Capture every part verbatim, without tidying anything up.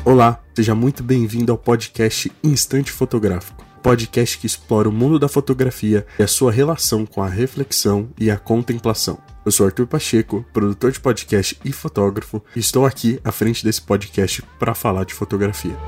Olá, seja muito bem-vindo ao podcast Instante Fotográfico, podcast que explora o mundo da fotografia e a sua relação com a reflexão e a contemplação. Eu sou Arthur Pacheco, produtor de podcast e fotógrafo, e estou aqui à frente desse podcast para falar de fotografia.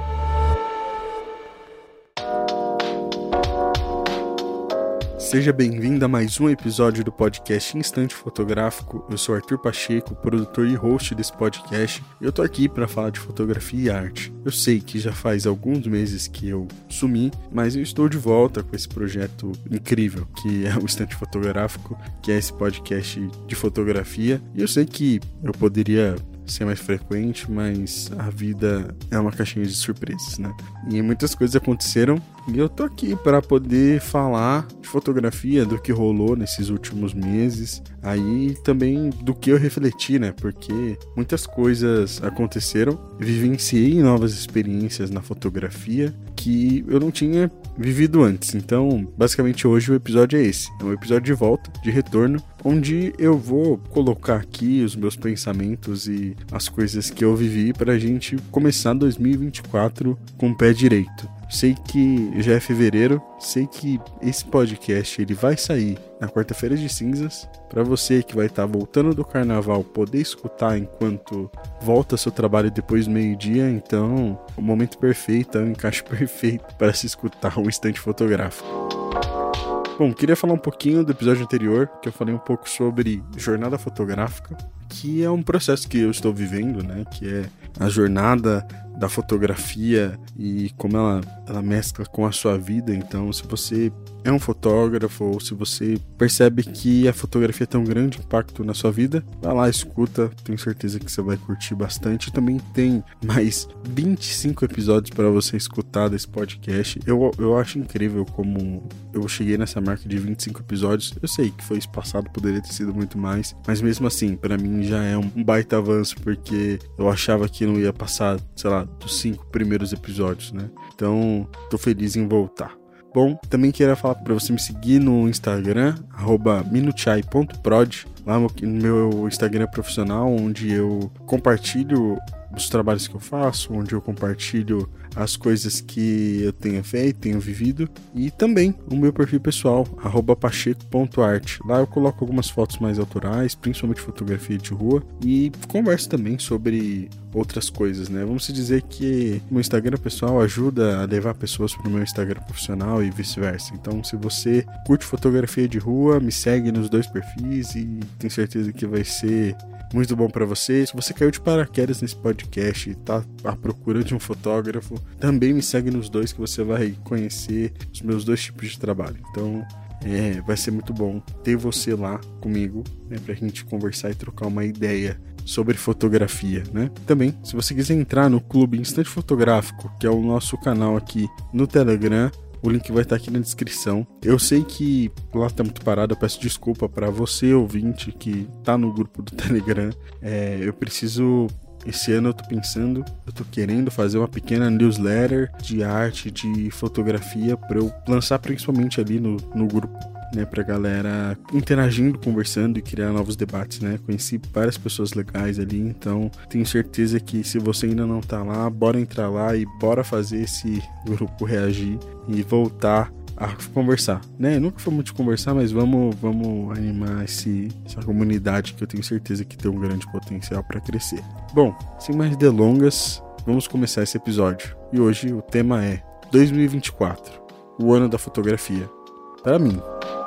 Seja bem-vindo a mais um episódio do podcast Instante Fotográfico. Eu sou Arthur Pacheco, produtor e host desse podcast, e eu tô aqui para falar de fotografia e arte. Eu sei que já faz alguns meses que eu sumi, mas eu estou de volta com esse projeto incrível que é o Instante Fotográfico, que é esse podcast de fotografia, e eu sei que eu poderia ser mais frequente, mas a vida é uma caixinha de surpresas, né? E muitas coisas aconteceram e eu tô aqui para poder falar de fotografia, do que rolou nesses últimos meses, aí também do que eu refleti, né? Porque muitas coisas aconteceram, vivenciei novas experiências na fotografia que eu não tinha vivido antes. Então, basicamente hoje o episódio é esse, é um episódio de volta, de retorno, onde eu vou colocar aqui os meus pensamentos e as coisas que eu vivi pra gente começar dois mil e vinte e quatro com o pé direito. Sei que já é fevereiro, sei que esse podcast ele vai sair na quarta-feira de cinzas, para você que vai estar tá voltando do carnaval poder escutar enquanto volta seu trabalho depois do meio-dia. Então, o momento perfeito, é o encaixe perfeito para se escutar um instante fotográfico. Bom, queria falar um pouquinho do episódio anterior, que eu falei um pouco sobre jornada fotográfica, que é um processo que eu estou vivendo, né? Que é a jornada da fotografia e como ela, ela mescla com a sua vida. Então, se você é um fotógrafo ou se você percebe que a fotografia tem um grande impacto na sua vida, vai lá, escuta, tenho certeza que você vai curtir bastante. Também tem mais vinte e cinco episódios para você escutar desse podcast. Eu, eu acho incrível como eu cheguei nessa marca de vinte e cinco episódios. Eu sei que foi passado, poderia ter sido muito mais, mas mesmo assim, para mim já é um baita avanço, porque eu achava que não ia passar, sei lá, dos cinco primeiros episódios, né? Então, tô feliz em voltar. Bom, também queria falar para você me seguir no Instagram, arroba minuchai ponto prod, lá no meu Instagram profissional, onde eu compartilho os trabalhos que eu faço, onde eu compartilho as coisas que eu tenho feito, tenho vivido, e também o meu perfil pessoal, arroba pacheco ponto art. Lá eu coloco algumas fotos mais autorais, principalmente fotografia de rua, e converso também sobre outras coisas, né? Vamos dizer que o meu Instagram pessoal ajuda a levar pessoas para o meu Instagram profissional e vice-versa. Então, se você curte fotografia de rua, me segue nos dois perfis e tenho certeza que vai ser muito bom para você. Se você caiu de paraquedas nesse podcast e tá à procura de um fotógrafo, também me segue nos dois, que você vai conhecer os meus dois tipos de trabalho. Então, é, vai ser muito bom ter você lá comigo, né, pra gente conversar e trocar uma ideia sobre fotografia, né? Também, se você quiser entrar no Clube Instante Fotográfico, que é o nosso canal aqui no Telegram, o link vai estar aqui na descrição. Eu sei que lá tá muito parado, eu peço desculpa para você, ouvinte, que tá no grupo do Telegram. É, eu preciso... Esse ano eu tô pensando, eu tô querendo fazer uma pequena newsletter de arte, de fotografia, para eu lançar principalmente ali no, no grupo, né, pra galera interagindo, conversando e criar novos debates, né? Conheci várias pessoas legais ali, então tenho certeza que se você ainda não tá lá, bora entrar lá e bora fazer esse grupo reagir e voltar a conversar, né? Nunca foi muito de conversar, mas vamos, vamos animar esse, essa comunidade que eu tenho certeza que tem um grande potencial para crescer. Bom, sem mais delongas, vamos começar esse episódio. E hoje o tema é dois mil e vinte e quatro, o ano da fotografia. Para mim.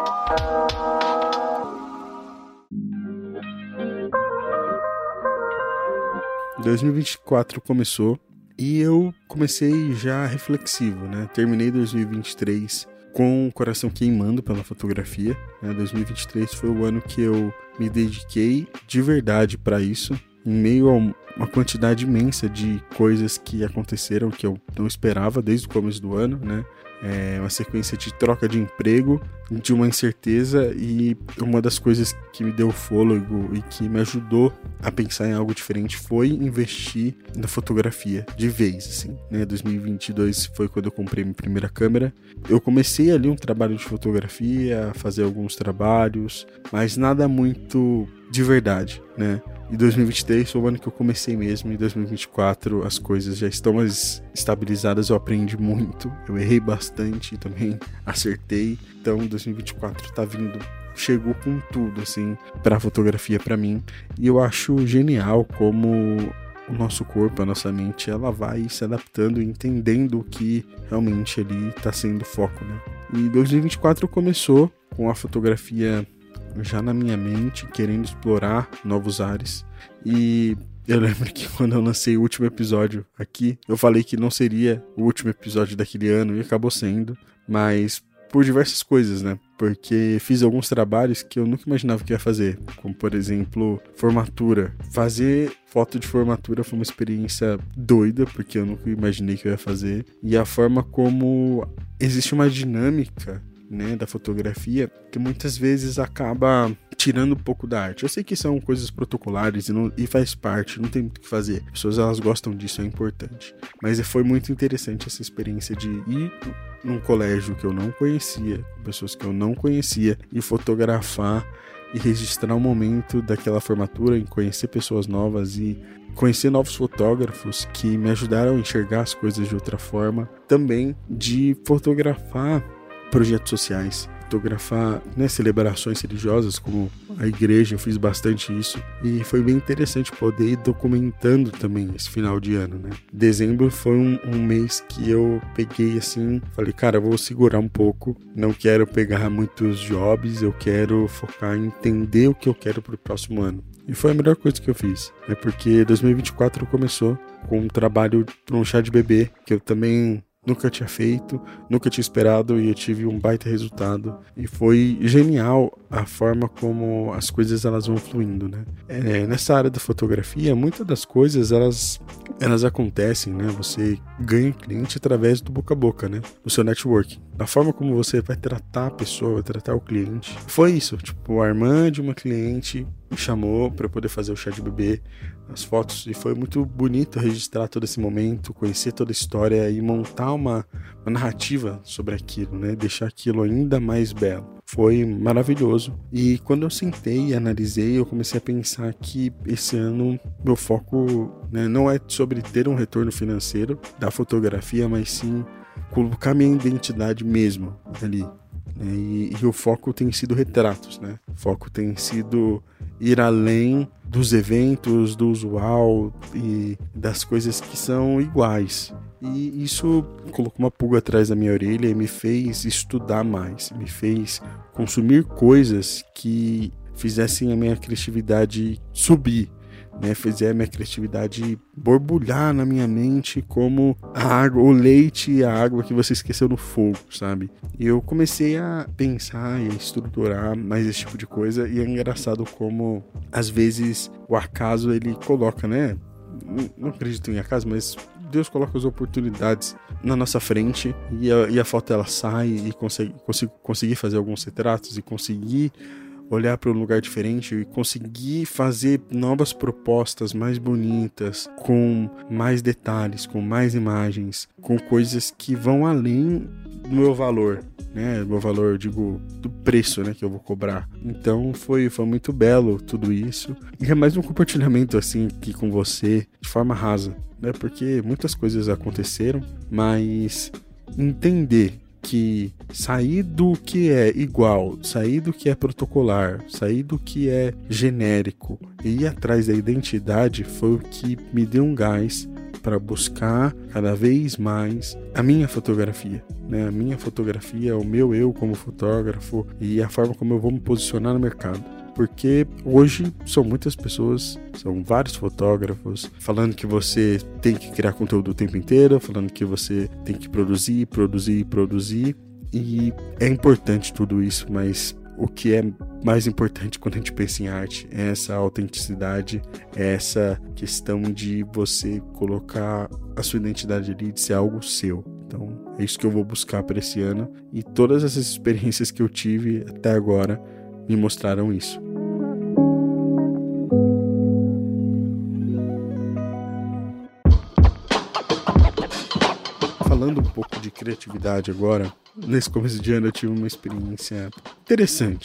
dois mil e vinte e quatro começou e eu comecei já reflexivo, né? Terminei dois mil e vinte e três com o coração queimando pela fotografia, né? dois mil e vinte e três foi o ano que eu me dediquei de verdade para isso, em meio a uma quantidade imensa de coisas que aconteceram que eu não esperava desde o começo do ano, né? É uma sequência de troca de emprego, de uma incerteza, e uma das coisas que me deu fôlego e que me ajudou a pensar em algo diferente foi investir na fotografia de vez, assim, né? dois mil e vinte e dois foi quando eu comprei minha primeira câmera. Eu comecei ali um trabalho de fotografia, a fazer alguns trabalhos, mas nada muito de verdade, né? E dois mil e vinte e três foi o ano que eu comecei mesmo, e dois mil e vinte e quatro as coisas já estão mais estabilizadas, eu aprendi muito, eu errei bastante e também acertei. Então dois mil e vinte e quatro tá vindo, chegou com tudo, assim, pra fotografia pra mim. E eu acho genial como o nosso corpo, a nossa mente, ela vai se adaptando e entendendo o que realmente ali tá sendo foco, né? E dois mil e vinte e quatro começou com a fotografia já na minha mente, querendo explorar novos ares. E eu lembro que quando eu lancei o último episódio aqui, eu falei que não seria o último episódio daquele ano, e acabou sendo, mas por diversas coisas, né? Porque fiz alguns trabalhos que eu nunca imaginava que ia fazer, como por exemplo, formatura. Fazer foto de formatura foi uma experiência doida, porque eu nunca imaginei que eu ia fazer. E a forma como existe uma dinâmica, né, da fotografia que muitas vezes acaba tirando um pouco da arte. Eu sei que são coisas protocolares e, não, e faz parte, não tem muito o que fazer. As pessoas, elas gostam disso, é importante. Mas foi muito interessante essa experiência de ir num colégio que eu não conhecia, com pessoas que eu não conhecia, e fotografar e registrar o momento daquela formatura, e conhecer pessoas novas e conhecer novos fotógrafos que me ajudaram a enxergar as coisas de outra forma. Também de fotografar projetos sociais, fotografar, né, celebrações religiosas como a igreja, eu fiz bastante isso e foi bem interessante poder ir documentando também esse final de ano, né? Dezembro foi um, um mês que eu peguei assim, falei, cara, eu vou segurar um pouco, não quero pegar muitos jobs, eu quero focar em entender o que eu quero pro próximo ano. E foi a melhor coisa que eu fiz, né? Porque dois mil e vinte e quatro começou com um trabalho para um chá de bebê, que eu também nunca tinha feito, nunca tinha esperado, e eu tive um baita resultado. E foi genial a forma como as coisas elas vão fluindo, né? É, nessa área da fotografia, muitas das coisas elas, elas acontecem, né? Você ganha cliente através do boca a boca, né? Do seu networking. Da forma como você vai tratar a pessoa, vai tratar o cliente. Foi isso, tipo, a irmã de uma cliente me chamou para poder fazer o chá de bebê, as fotos, e foi muito bonito registrar todo esse momento, conhecer toda a história e montar uma, uma narrativa sobre aquilo, né? Deixar aquilo ainda mais belo. Foi maravilhoso. E quando eu sentei e analisei, eu comecei a pensar que esse ano meu foco, né, não é sobre ter um retorno financeiro da fotografia, mas sim colocar minha identidade mesmo ali. E, e o foco tem sido retratos, né? O foco tem sido ir além dos eventos, do usual e das coisas que são iguais. E isso colocou uma pulga atrás da minha orelha e me fez estudar mais, me fez consumir coisas que fizessem a minha criatividade subir, né, fazer a minha criatividade borbulhar na minha mente como a água, o leite e a água que você esqueceu no fogo, sabe? E eu comecei a pensar e a estruturar mais esse tipo de coisa, e é engraçado como às vezes o acaso ele coloca, né? Não acredito em acaso, mas Deus coloca as oportunidades na nossa frente, e a, e a foto ela sai e consegue, consigo, conseguir fazer alguns retratos e conseguir olhar para um lugar diferente e conseguir fazer novas propostas mais bonitas, com mais detalhes, com mais imagens, com coisas que vão além do meu valor, né? Meu valor, digo, do preço, né, que eu vou cobrar. Então foi, foi muito belo tudo isso. E é mais um compartilhamento assim aqui com você, de forma rasa, né? Porque muitas coisas aconteceram, mas entender que sair do que é igual, sair do que é protocolar, sair do que é genérico e ir atrás da identidade foi o que me deu um gás para buscar cada vez mais a minha fotografia, né? A minha fotografia, o meu eu como fotógrafo e a forma como eu vou me posicionar no mercado. Porque hoje são muitas pessoas, são vários fotógrafos falando que você tem que criar conteúdo o tempo inteiro, falando que você tem que produzir, produzir, produzir. E é importante tudo isso, mas o que é mais importante quando a gente pensa em arte é essa autenticidade, é essa questão de você colocar a sua identidade ali, de ser algo seu. Então é isso que eu vou buscar para esse ano, e todas essas experiências que eu tive até agora me mostraram isso. Falando um pouco de criatividade agora, nesse começo de ano eu tive uma experiência interessante.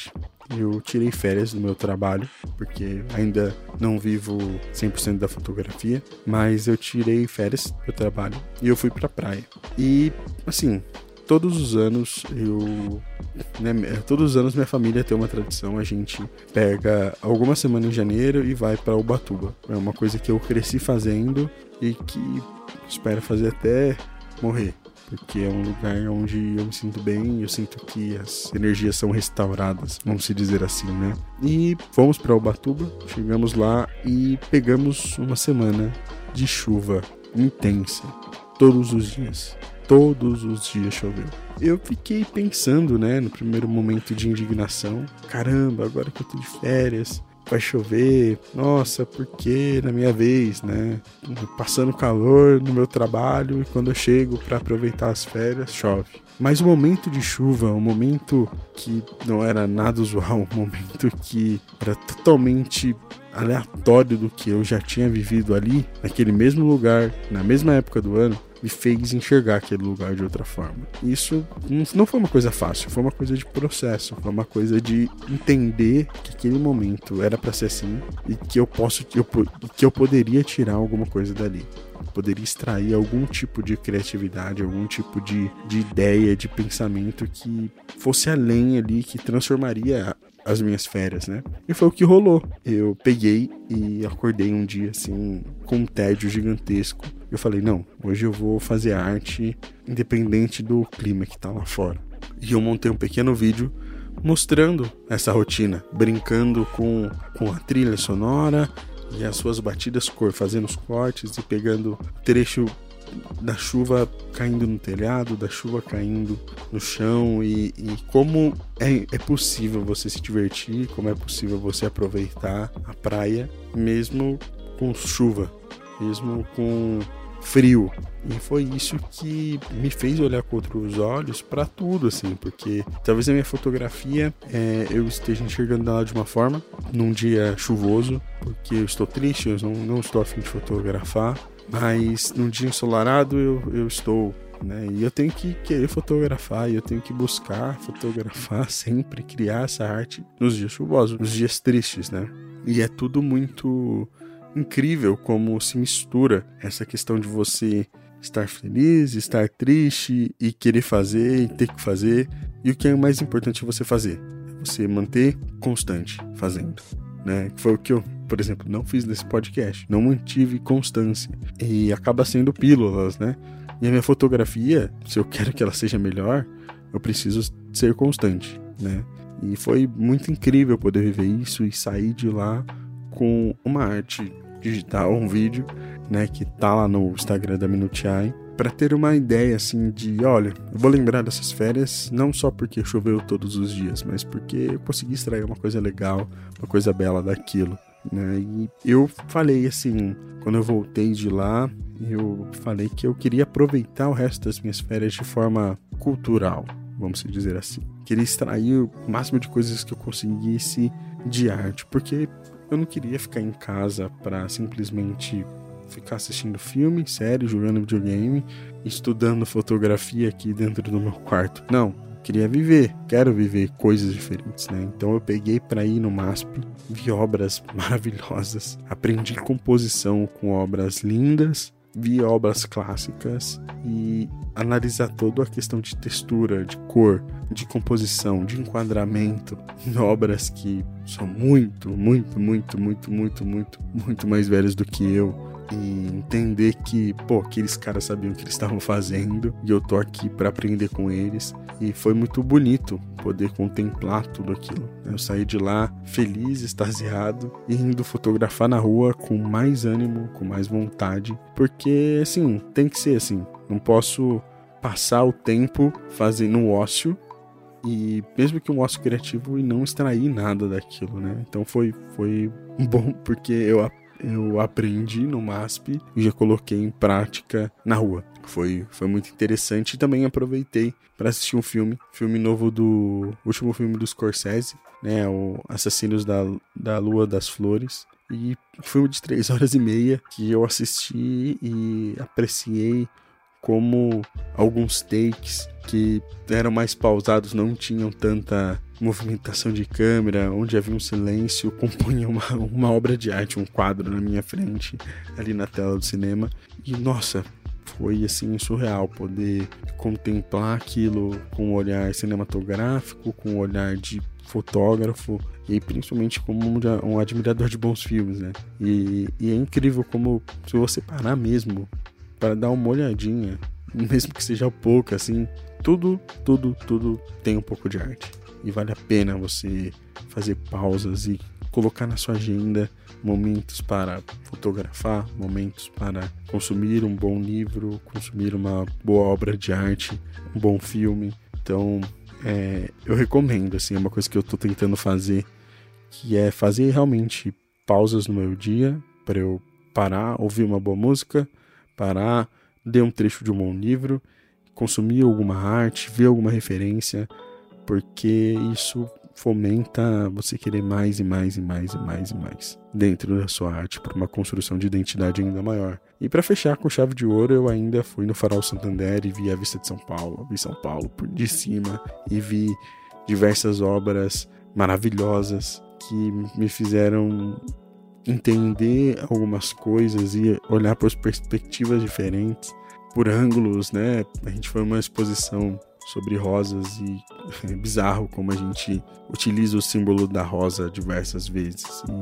eu tirei férias do meu trabalho, porque ainda não vivo cem por cento da fotografia, mas eu tirei férias do trabalho e eu fui pra praia. E, assim, todos os anos eu... Né, todos os anos minha família tem uma tradição, a gente pega alguma semana em janeiro e vai pra Ubatuba. É uma coisa que eu cresci fazendo e que espero fazer até morrer, porque é um lugar onde eu me sinto bem, eu sinto que as energias são restauradas, vamos se dizer assim, né? E fomos para Ubatuba, chegamos lá e pegamos uma semana de chuva intensa, todos os dias, todos os dias choveu. Eu fiquei pensando, né, no primeiro momento de indignação, caramba, agora que eu tô de férias, vai chover, nossa, por que na minha vez, né? Passando calor no meu trabalho e quando eu chego para aproveitar as férias, chove. Mas o momento de chuva, um momento que não era nada usual, um momento que era totalmente aleatório do que eu já tinha vivido ali, naquele mesmo lugar, na mesma época do ano, me fez enxergar aquele lugar de outra forma. Isso não foi uma coisa fácil, foi uma coisa de processo, foi uma coisa de entender que aquele momento era para ser assim e que eu posso, que eu, que eu poderia tirar alguma coisa dali. Poderia extrair algum tipo de criatividade, algum tipo de, de ideia, de pensamento que fosse além ali, que transformaria as minhas férias, né? E foi o que rolou. Eu peguei e acordei um dia, assim, com um tédio gigantesco. Eu falei, não, hoje eu vou fazer arte independente do clima que tá lá fora. E eu montei um pequeno vídeo mostrando essa rotina, brincando com, com a trilha sonora e as suas batidas cor, fazendo os cortes e pegando trecho da chuva caindo no telhado, da chuva caindo no chão e, e como é, é possível você se divertir, como é possível você aproveitar a praia mesmo com chuva, mesmo com frio. E foi isso que me fez olhar com outros olhos para tudo, assim, porque talvez a minha fotografia é, eu esteja enxergando ela de uma forma num dia chuvoso, porque eu estou triste, eu não, não estou a fim de fotografar. Mas num dia ensolarado eu, eu estou, né? E eu tenho que querer fotografar, e eu tenho que buscar fotografar sempre, criar essa arte nos dias chuvosos, nos dias tristes, né? E é tudo muito incrível como se mistura essa questão de você estar feliz, estar triste e querer fazer e ter que fazer. E o que é mais importante é você fazer, é você manter constante fazendo. Né? Foi o que eu, por exemplo, não fiz nesse podcast, não mantive constância e acaba sendo pílulas, né? E a minha fotografia, se eu quero que ela seja melhor, eu preciso ser constante, né? E foi muito incrível poder viver isso e sair de lá com uma arte digital, um vídeo, né, que tá lá no Instagram da Minutiai, para ter uma ideia assim de, olha, eu vou lembrar dessas férias não só porque choveu todos os dias, mas porque eu consegui extrair uma coisa legal, uma coisa bela daquilo, né? E eu falei assim, quando eu voltei de lá, eu falei que eu queria aproveitar o resto das minhas férias de forma cultural, vamos dizer assim. Queria extrair o máximo de coisas que eu conseguisse de arte, porque eu não queria ficar em casa para simplesmente ficar assistindo filme, série, jogando videogame, estudando fotografia aqui dentro do meu quarto. Não, queria viver, quero viver coisas diferentes, né? Então eu peguei para ir no MASP, vi obras maravilhosas, aprendi composição com obras lindas, vi obras clássicas e analisar toda a questão de textura, de cor, de composição, de enquadramento, em obras que são muito, muito, muito, muito, muito, muito, muito mais velhas do que eu. E entender que, pô, aqueles caras sabiam o que eles estavam fazendo e eu tô aqui para aprender com eles. E foi muito bonito poder contemplar tudo aquilo. Eu saí de lá feliz, extasiado e indo fotografar na rua com mais ânimo, com mais vontade, porque assim, tem que ser assim. Não posso passar o tempo fazendo um ócio, e mesmo que um ócio criativo, e não extrair nada daquilo, né? Então foi, foi bom porque eu Eu aprendi no MASP e já coloquei em prática na rua. Foi, foi muito interessante e também aproveitei para assistir um filme, filme novo do último filme do Scorsese, né, o Assassinos da, da Lua das Flores. E um filme de três horas e meia que eu assisti e apreciei como alguns takes que eram mais pausados não tinham tanta movimentação de câmera, onde havia um silêncio, compunha uma, uma obra de arte, um quadro na minha frente, ali na tela do cinema. E, nossa, foi assim surreal poder contemplar aquilo com um olhar cinematográfico, com um olhar de fotógrafo e principalmente como um, um admirador de bons filmes, né? E, e é incrível como, se você parar mesmo para dar uma olhadinha, mesmo que seja pouco, assim, tudo, tudo, tudo tem um pouco de arte. E vale a pena você fazer pausas e colocar na sua agenda momentos para fotografar, momentos para consumir um bom livro, consumir uma boa obra de arte, um bom filme. Então, é, eu recomendo, assim, é uma coisa que eu estou tentando fazer, que é fazer realmente pausas no meu dia para eu parar, ouvir uma boa música, parar, ler um trecho de um bom livro, consumir alguma arte, ver alguma referência, porque isso fomenta você querer mais e mais e mais e mais e mais dentro da sua arte para uma construção de identidade ainda maior. E para fechar com chave de ouro, eu ainda fui no Farol Santander e vi a vista de São Paulo, vi São Paulo por de cima e vi diversas obras maravilhosas que me fizeram entender algumas coisas e olhar por perspectivas diferentes, por ângulos, né? A gente foi uma exposição sobre rosas e é bizarro como a gente utiliza o símbolo da rosa diversas vezes.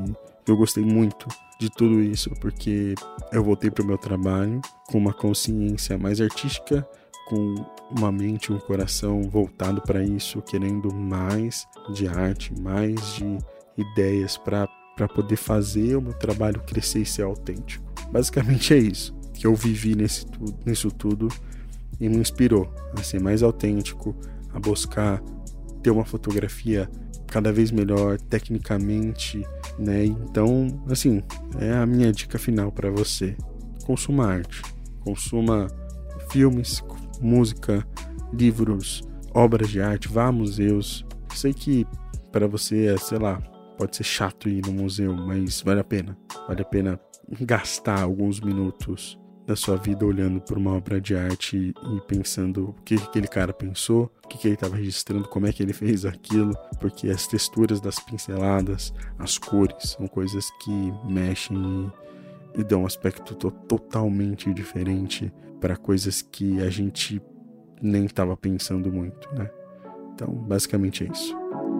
E eu gostei muito de tudo isso porque eu voltei para o meu trabalho com uma consciência mais artística, com uma mente e um coração voltado para isso, querendo mais de arte, mais de ideias para para poder fazer o meu trabalho crescer e ser autêntico. Basicamente é isso que eu vivi nesse tu, nisso tudo e me inspirou a ser mais autêntico, a buscar ter uma fotografia cada vez melhor tecnicamente, né? Então, assim, é a minha dica final para você. Consuma arte, consuma filmes, música, livros, obras de arte, vá a museus. Sei que para você é, sei lá, pode ser chato ir no museu, mas vale a pena. Vale a pena gastar alguns minutos da sua vida olhando por uma obra de arte e pensando o que aquele cara pensou, o que ele estava registrando, como é que ele fez aquilo, porque as texturas das pinceladas, as cores, são coisas que mexem e, e dão um aspecto to- totalmente diferente para coisas que a gente nem estava pensando muito, né? Então, basicamente é isso.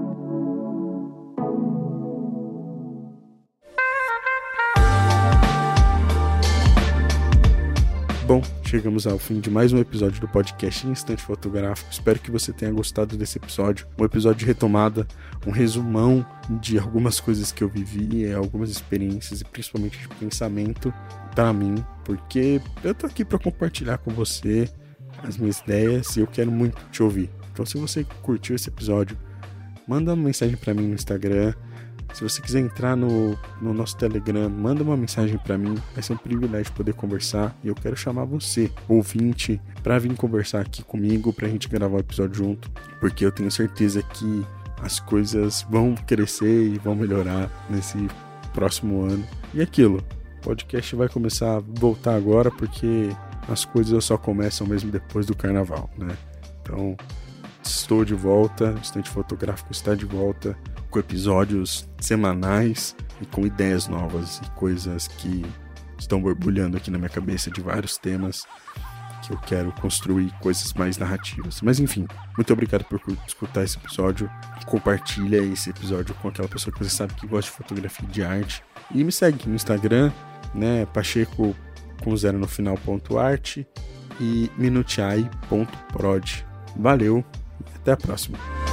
Bom, chegamos ao fim de mais um episódio do podcast Instante Fotográfico. Espero que você tenha gostado desse episódio. Um episódio de retomada, um resumão de algumas coisas que eu vivi, algumas experiências e principalmente de pensamento para mim, porque eu tô aqui para compartilhar com você as minhas ideias e eu quero muito te ouvir. Então, se você curtiu esse episódio, manda uma mensagem para mim no Instagram. Se você quiser entrar no, no nosso Telegram, manda uma mensagem para mim. Vai ser um privilégio poder conversar. E eu quero chamar você, ouvinte, para vir conversar aqui comigo, pra gente gravar o episódio junto. Porque eu tenho certeza que as coisas vão crescer e vão melhorar nesse próximo ano. E aquilo, o podcast vai começar a voltar agora, porque as coisas só começam mesmo depois do carnaval, né? Então, estou de volta, o Instante Fotográfico está de volta, com episódios semanais e com ideias novas e coisas que estão borbulhando aqui na minha cabeça de vários temas que eu quero construir, coisas mais narrativas. Mas enfim, muito obrigado por escutar esse episódio. Compartilha esse episódio com aquela pessoa que você sabe que gosta de fotografia e de arte. E me segue no Instagram, né, Pacheco com zero no final ponto arte e minutiai ponto prod. Valeu e até a próxima.